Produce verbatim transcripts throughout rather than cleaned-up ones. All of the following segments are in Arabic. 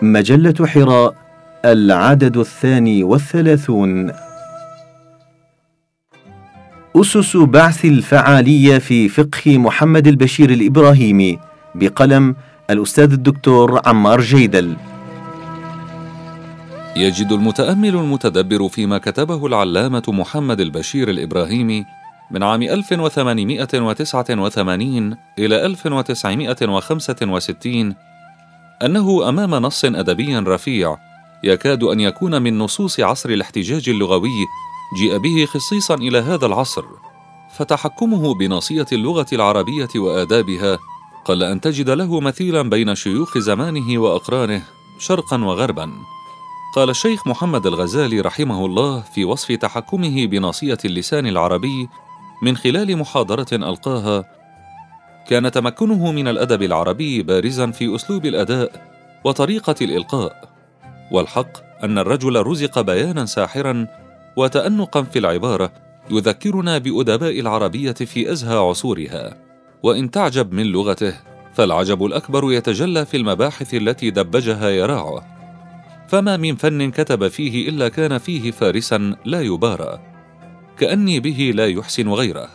مجلة حراء، العدد الثاني والثلاثون. أسس بعث الفعالية في فقه محمد البشير الإبراهيمي، بقلم الأستاذ الدكتور عمار جيدل. يجد المتأمل المتدبر فيما كتبه العلامة محمد البشير الإبراهيمي من عام ألف وثمانمائة وتسعة وثمانين إلى ألف وتسعمائة وخمسة وستين أنه أمام نص أدبي رفيع يكاد أن يكون من نصوص عصر الاحتجاج اللغوي جيء به خصيصا إلى هذا العصر، فتحكمه بناصية اللغة العربية وآدابها قل أن تجد له مثيلا بين شيوخ زمانه وأقرانه شرقا وغربا. قال الشيخ محمد الغزالي رحمه الله في وصف تحكمه بناصية اللسان العربي من خلال محاضرة ألقاها: كان تمكنه من الأدب العربي بارزا في أسلوب الأداء وطريقة الإلقاء، والحق أن الرجل رزق بيانا ساحرا وتأنقا في العبارة يذكرنا بأدباء العربية في أزهى عصورها. وإن تعجب من لغته، فالعجب الأكبر يتجلى في المباحث التي دبجها يراعه، فما من فن كتب فيه إلا كان فيه فارسا لا يبارى، كأني به لا يحسن غيره.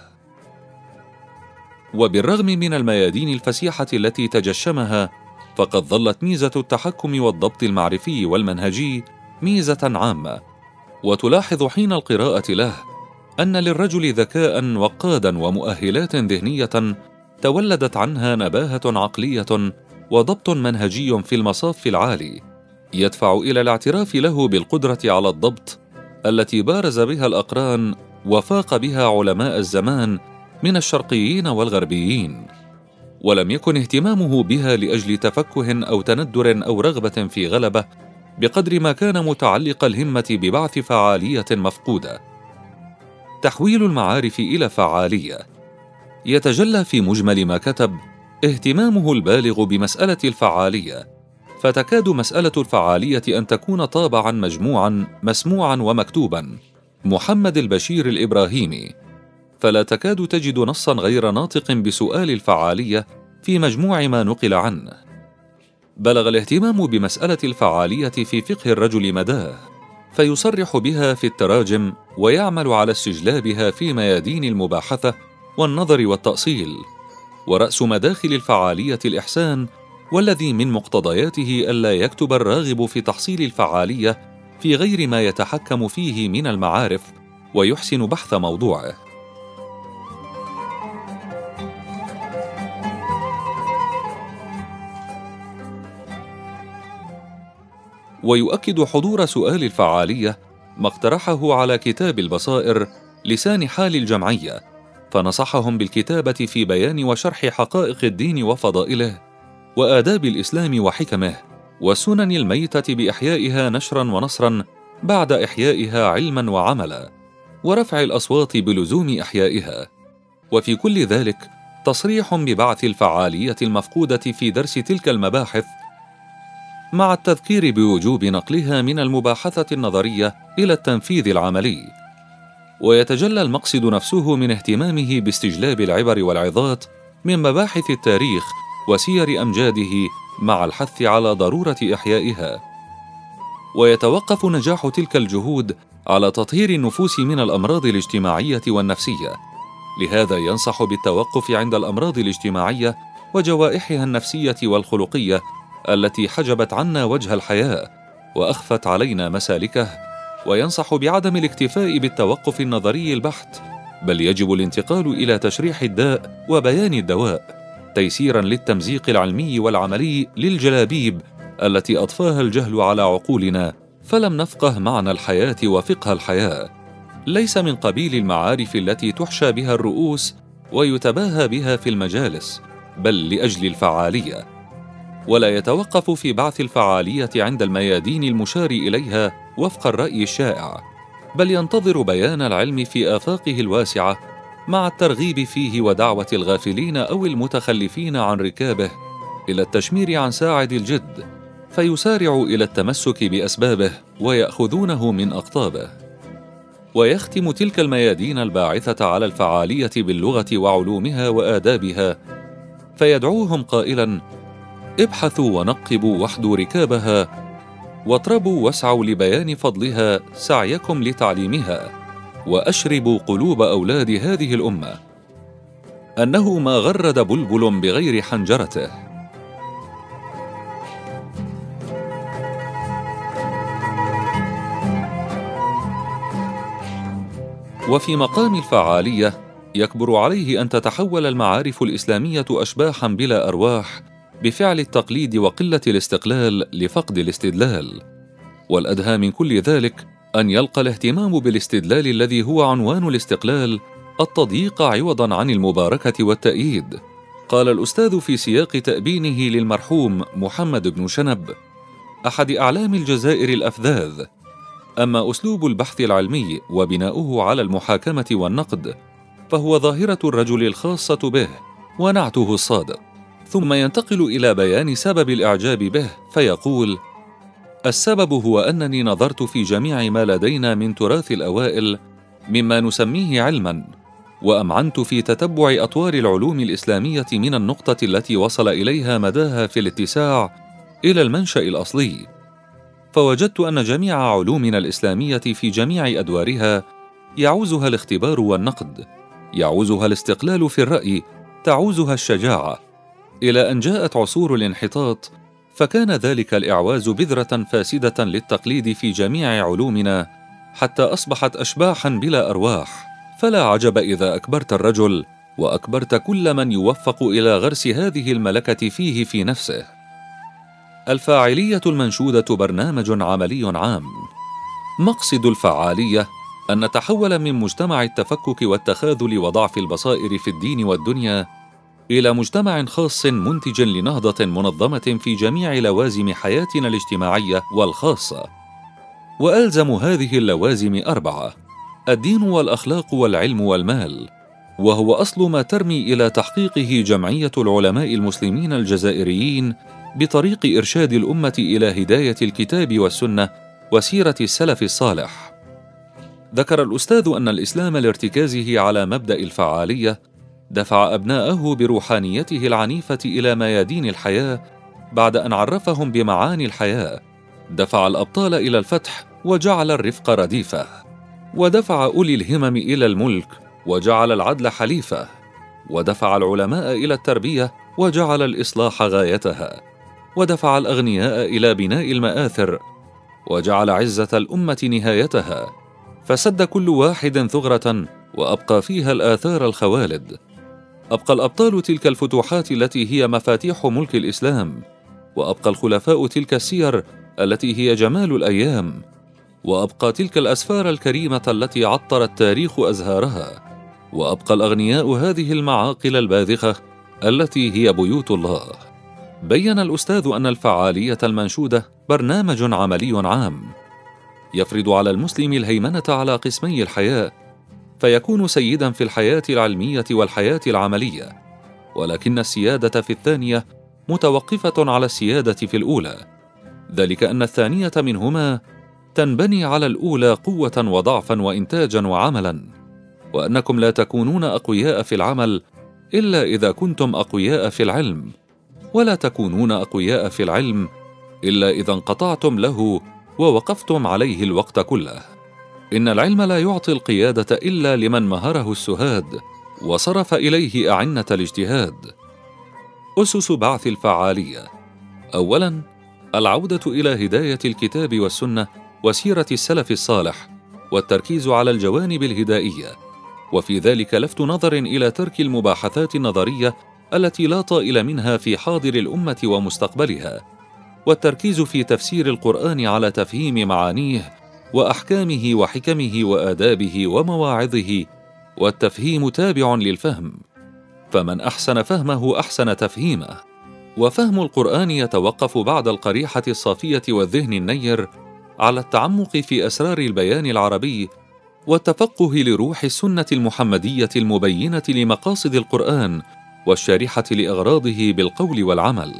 وبالرغم من الميادين الفسيحة التي تجشمها، فقد ظلت ميزة التحكم والضبط المعرفي والمنهجي ميزة عامة، وتلاحظ حين القراءة له أن للرجل ذكاء وقادا ومؤهلات ذهنية تولدت عنها نباهة عقلية وضبط منهجي في المصاف العالي، يدفع إلى الاعتراف له بالقدرة على الضبط التي بارز بها الأقران وفاق بها علماء الزمان من الشرقيين والغربيين. ولم يكن اهتمامه بها لأجل تفكه أو تندر أو رغبة في غلبة، بقدر ما كان متعلق الهمة ببعث فعالية مفقودة. تحويل المعارف إلى فعالية يتجلى في مجمل ما كتب اهتمامه البالغ بمسألة الفعالية، فتكاد مسألة الفعالية أن تكون طابعا مجموعا مسموعا ومكتوبا محمد البشير الإبراهيمي، فلا تكاد تجد نصا غير ناطق بسؤال الفعالية في مجموع ما نقل عنه. بلغ الاهتمام بمسألة الفعالية في فقه الرجل مداه، فيصرح بها في التراجم ويعمل على استجلابها في ميادين المباحثة والنظر والتأصيل. ورأس مداخل الفعالية الإحسان، والذي من مقتضياته ألا يكتب الراغب في تحصيل الفعالية في غير ما يتحكم فيه من المعارف ويحسن بحث موضوعه. ويؤكد حضور سؤال الفعالية ما اقترحه على كتاب البصائر لسان حال الجمعية، فنصحهم بالكتابة في بيان وشرح حقائق الدين وفضائله وآداب الإسلام وحكمه وسنن الميتة بإحيائها نشرا ونصرا بعد إحيائها علما وعملا، ورفع الأصوات بلزوم إحيائها. وفي كل ذلك تصريح ببعث الفعالية المفقودة في درس تلك المباحث، مع التذكير بوجوب نقلها من المباحثة النظرية إلى التنفيذ العملي. ويتجلى المقصد نفسه من اهتمامه باستجلاب العبر والعظات من مباحث التاريخ وسير أمجاده، مع الحث على ضرورة إحيائها. ويتوقف نجاح تلك الجهود على تطهير النفوس من الأمراض الاجتماعية والنفسية، لهذا ينصح بالتوقف عند الأمراض الاجتماعية وجوائحها النفسية والخلقية التي حجبت عنا وجه الحياة وأخفت علينا مسالكه، وينصح بعدم الاكتفاء بالتوقف النظري البحت، بل يجب الانتقال إلى تشريح الداء وبيان الدواء، تيسيرا للتمزيق العلمي والعملي للجلابيب التي أضفاها الجهل على عقولنا، فلم نفقه معنى الحياة وفقه الحياة. ليس من قبيل المعارف التي تحشى بها الرؤوس ويتباهى بها في المجالس، بل لأجل الفعالية. ولا يتوقف في بعث الفعالية عند الميادين المشار إليها وفق الرأي الشائع، بل ينتظر بيان العلم في آفاقه الواسعة مع الترغيب فيه ودعوة الغافلين أو المتخلفين عن ركابه إلى التشمير عن ساعد الجد، فيسارع إلى التمسك بأسبابه ويأخذونه من أقطابه. ويختم تلك الميادين الباعثة على الفعالية باللغة وعلومها وآدابها، فيدعوهم قائلا: ابحثوا ونقبوا واحدوا ركابها، واطربوا واسعوا لبيان فضلها سعيكم لتعليمها، وأشربوا قلوب أولاد هذه الأمة أنه ما غرد بلبل بغير حنجرته. وفي مقام الفعالية يكبر عليه أن تتحول المعارف الإسلامية أشباحاً بلا أرواح بفعل التقليد وقلة الاستقلال لفقد الاستدلال. والأدهى من كل ذلك أن يلقى الاهتمام بالاستدلال الذي هو عنوان الاستقلال التضييق عوضاً عن المباركة والتأييد. قال الأستاذ في سياق تأبينه للمرحوم محمد بن شنب أحد أعلام الجزائر الأفذاذ: أما أسلوب البحث العلمي وبناؤه على المحاكمة والنقد فهو ظاهرة الرجل الخاصة به ونعته الصادق. ثم ينتقل إلى بيان سبب الإعجاب به فيقول: السبب هو أنني نظرت في جميع ما لدينا من تراث الأوائل مما نسميه علماً، وأمعنت في تتبع أطوار العلوم الإسلامية من النقطة التي وصل إليها مداها في الاتساع إلى المنشأ الأصلي، فوجدت أن جميع علومنا الإسلامية في جميع أدوارها يعوزها الاختبار والنقد، يعوزها الاستقلال في الرأي، تعوزها الشجاعة، إلى أن جاءت عصور الانحطاط فكان ذلك الإعواز بذرة فاسدة للتقليد في جميع علومنا حتى أصبحت أشباحا بلا أرواح. فلا عجب إذا أكبرت الرجل وأكبرت كل من يوفق إلى غرس هذه الملكة فيه في نفسه. الفاعلية المنشودة برنامج عملي عام. مقصد الفعالية أن نتحول من مجتمع التفكك والتخاذل وضعف البصائر في الدين والدنيا إلى مجتمع خاص منتج لنهضة منظمة في جميع لوازم حياتنا الاجتماعية والخاصة. وألزم هذه اللوازم أربعة: الدين والأخلاق والعلم والمال، وهو أصل ما ترمي إلى تحقيقه جمعية العلماء المسلمين الجزائريين بطريق إرشاد الأمة إلى هداية الكتاب والسنة وسيرة السلف الصالح. ذكر الأستاذ أن الإسلام لارتكازه على مبدأ الفعالية دفع أبناءه بروحانيته العنيفة إلى ميادين الحياة بعد أن عرفهم بمعاني الحياة، دفع الأبطال إلى الفتح وجعل الرفق رديفه، ودفع أولي الهمم إلى الملك وجعل العدل حليفه، ودفع العلماء إلى التربية وجعل الإصلاح غايتها، ودفع الأغنياء إلى بناء المآثر وجعل عزة الأمة نهايتها، فسد كل واحد ثغرة وأبقى فيها الآثار الخوالد. أبقى الأبطال تلك الفتوحات التي هي مفاتيح ملك الإسلام، وأبقى الخلفاء تلك السير التي هي جمال الأيام، وأبقى تلك الأسفار الكريمة التي عطر التاريخ أزهارها، وأبقى الأغنياء هذه المعاقل الباذخة التي هي بيوت الله. بيّن الأستاذ أن الفعالية المنشودة برنامج عملي عام يفرض على المسلم الهيمنة على قسمي الحياة، فيكون سيداً في الحياة العلمية والحياة العملية، ولكن السيادة في الثانية متوقفة على السيادة في الأولى، ذلك أن الثانية منهما تنبني على الأولى قوة وضعفاً وإنتاجاً وعملاً، وأنكم لا تكونون أقوياء في العمل إلا إذا كنتم أقوياء في العلم، ولا تكونون أقوياء في العلم إلا إذا انقطعتم له ووقفتم عليه الوقت كله. إن العلم لا يعطي القيادة إلا لمن مهره السهاد وصرف إليه أعنة الاجتهاد. أسس بعث الفعالية: أولاً، العودة إلى هداية الكتاب والسنة وسيرة السلف الصالح، والتركيز على الجوانب الهدائية، وفي ذلك لفت نظر إلى ترك المباحثات النظرية التي لا طائل منها في حاضر الأمة ومستقبلها، والتركيز في تفسير القرآن على تفهيم معانيه وأحكامه وحكمه وآدابه ومواعظه، والتفهيم تابع للفهم، فمن أحسن فهمه أحسن تفهيمه. وفهم القرآن يتوقف بعد القريحة الصافية والذهن النير على التعمق في أسرار البيان العربي والتفقه لروح السنة المحمدية المبينة لمقاصد القرآن والشارحة لأغراضه بالقول والعمل.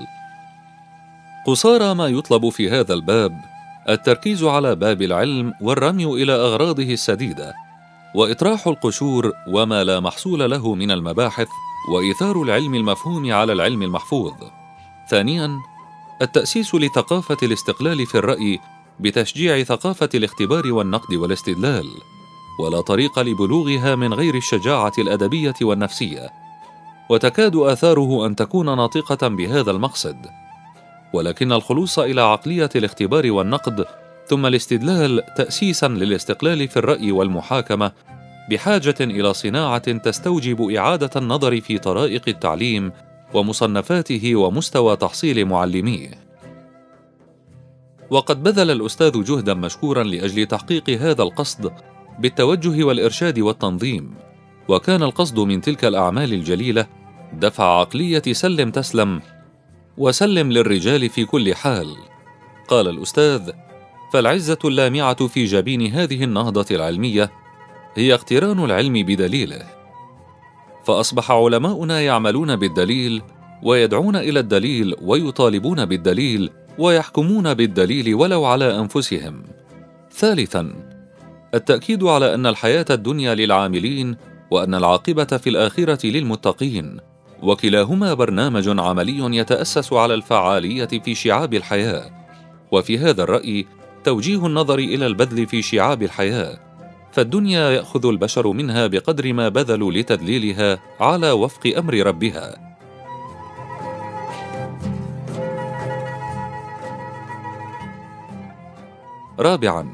قصارى ما يطلب في هذا الباب التركيز على باب العلم والرمي إلى أغراضه السديدة، وإطراح القشور وما لا محصول له من المباحث، وإيثار العلم المفهوم على العلم المحفوظ. ثانياً، التأسيس لثقافة الاستقلال في الرأي بتشجيع ثقافة الاختبار والنقد والاستدلال، ولا طريق لبلوغها من غير الشجاعة الأدبية والنفسية، وتكاد آثاره أن تكون ناطقة بهذا المقصد. ولكن الخلوص إلى عقلية الاختبار والنقد ثم الاستدلال تأسيساً للاستقلال في الرأي والمحاكمة بحاجة إلى صناعة تستوجب إعادة النظر في طرائق التعليم ومصنفاته ومستوى تحصيل معلميه. وقد بذل الأستاذ جهداً مشكوراً لأجل تحقيق هذا القصد بالتوجه والإرشاد والتنظيم، وكان القصد من تلك الأعمال الجليلة دفع عقلية سلم تسلم وسلم للرجال في كل حال. قال الأستاذ: فالعزة اللامعة في جبين هذه النهضة العلمية هي اقتران العلم بدليله، فأصبح علماؤنا يعملون بالدليل ويدعون إلى الدليل ويطالبون بالدليل ويحكمون بالدليل ولو على أنفسهم. ثالثاً، التأكيد على أن الحياة الدنيا للعاملين وأن العاقبة في الآخرة للمتقين، وكلاهما برنامج عملي يتأسس على الفعالية في شعاب الحياة. وفي هذا الرأي توجيه النظر إلى البذل في شعاب الحياة، فالدنيا يأخذ البشر منها بقدر ما بذلوا لتدليلها على وفق أمر ربها. رابعاً،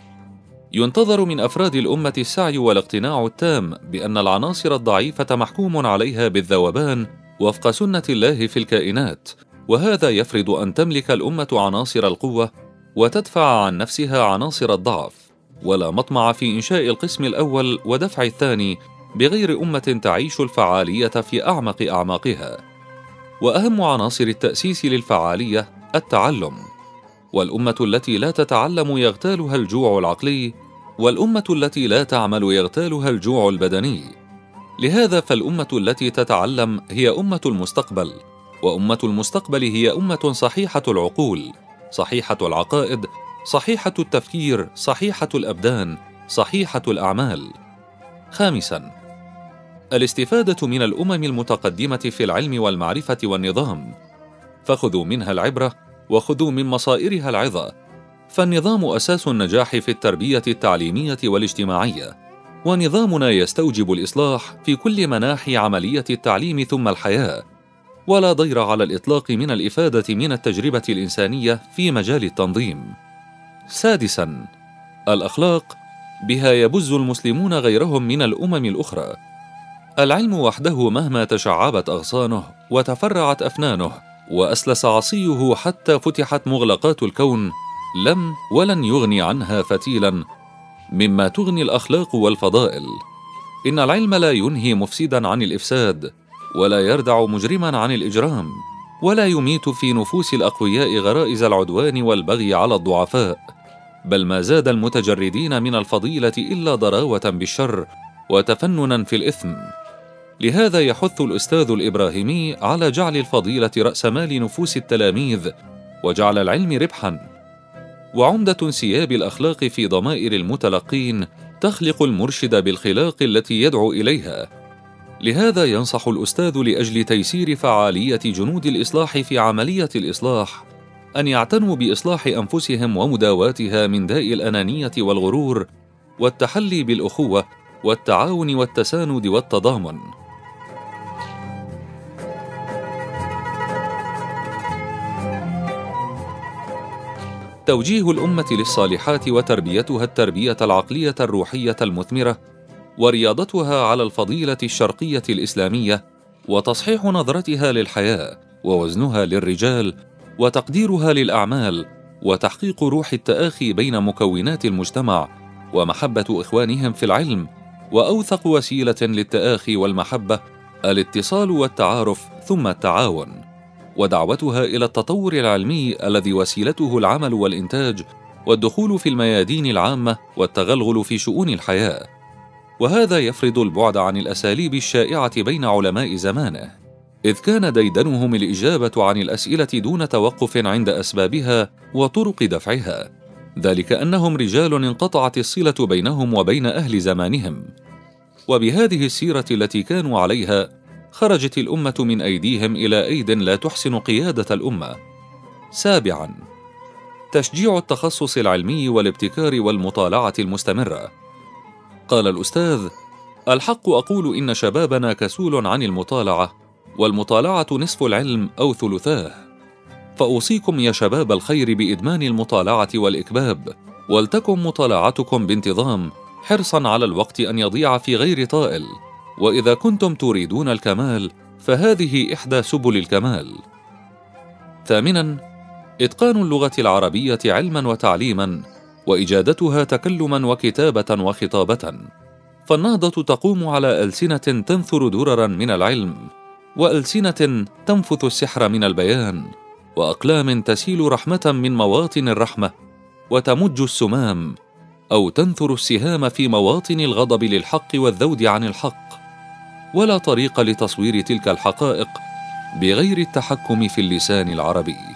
ينتظر من أفراد الأمة السعي والاقتناع التام بأن العناصر الضعيفة محكوم عليها بالذوبان وفق سنة الله في الكائنات، وهذا يفرض أن تملك الأمة عناصر القوة وتدفع عن نفسها عناصر الضعف، ولا مطمع في إنشاء القسم الأول ودفع الثاني بغير أمة تعيش الفعالية في أعمق أعماقها. وأهم عناصر التأسيس للفعالية التعلم، والأمة التي لا تتعلم يغتالها الجوع العقلي، والأمة التي لا تعمل يغتالها الجوع البدني. لهذا فالأمة التي تتعلم هي أمة المستقبل، وأمة المستقبل هي أمة صحيحة العقول، صحيحة العقائد، صحيحة التفكير، صحيحة الأبدان، صحيحة الأعمال. خامساً، الاستفادة من الأمم المتقدمة في العلم والمعرفة والنظام، فخذوا منها العبرة وخذوا من مصائرها العظة، فالنظام أساس النجاح في التربية التعليمية والاجتماعية، ونظامنا يستوجب الإصلاح في كل مناحي عملية التعليم ثم الحياة، ولا ضير على الإطلاق من الإفادة من التجربة الإنسانية في مجال التنظيم. سادساً، الأخلاق، بها يبز المسلمون غيرهم من الأمم الأخرى. العلم وحده مهما تشعبت أغصانه وتفرعت أفنانه وأسلس عصيه حتى فتحت مغلقات الكون، لم ولن يغني عنها فتيلاً مما تغني الأخلاق والفضائل. إن العلم لا ينهي مفسداً عن الإفساد، ولا يردع مجرماً عن الإجرام، ولا يميت في نفوس الأقوياء غرائز العدوان والبغي على الضعفاء، بل ما زاد المتجردين من الفضيلة إلا ضراوة بالشر وتفنناً في الإثم. لهذا يحث الأستاذ الإبراهيمي على جعل الفضيلة رأس مال نفوس التلاميذ، وجعل العلم ربحاً، وعمدة انسياب الأخلاق في ضمائر المتلقين تخلق المرشد بالخلاق التي يدعو إليها. لهذا ينصح الأستاذ لأجل تيسير فعالية جنود الإصلاح في عملية الإصلاح أن يعتنوا بإصلاح أنفسهم ومداواتها من داء الأنانية والغرور، والتحلي بالأخوة والتعاون والتساند والتضامن. توجيه الأمة للصالحات وتربيتها التربية العقلية الروحية المثمرة، ورياضتها على الفضيلة الشرقية الإسلامية، وتصحيح نظرتها للحياة، ووزنها للرجال، وتقديرها للأعمال، وتحقيق روح التآخي بين مكونات المجتمع ومحبة إخوانهم في العلم. وأوثق وسيلة للتآخي والمحبة الاتصال والتعارف ثم التعاون، ودعوتها إلى التطور العلمي الذي وسيلته العمل والإنتاج والدخول في الميادين العامة والتغلغل في شؤون الحياة. وهذا يفرض البعد عن الأساليب الشائعة بين علماء زمانه، إذ كان ديدنهم الإجابة عن الأسئلة دون توقف عند أسبابها وطرق دفعها، ذلك أنهم رجال انقطعت الصلة بينهم وبين أهل زمانهم. وبهذه السيرة التي كانوا عليها خرجت الأمة من أيديهم إلى أيد لا تحسن قيادة الأمة. سابعاً، تشجيع التخصص العلمي والابتكار والمطالعة المستمرة. قال الأستاذ: الحق أقول إن شبابنا كسول عن المطالعة، والمطالعة نصف العلم أو ثلثاه، فأوصيكم يا شباب الخير بإدمان المطالعة والإكباب، ولتكن مطالعتكم بانتظام، حرصا على الوقت أن يضيع في غير طائل، وإذا كنتم تريدون الكمال فهذه إحدى سبل الكمال. ثامناً، إتقان اللغة العربية علماً وتعليماً، وإجادتها تكلماً وكتابة وخطابة، فالنهضة تقوم على ألسنة تنثر درراً من العلم، وألسنة تنفث السحر من البيان، وأقلام تسيل رحمة من مواطن الرحمة، وتمج السمام أو تنثر السهام في مواطن الغضب للحق والذود عن الحق، ولا طريق لتصوير تلك الحقائق بغير التحكم في اللسان العربي.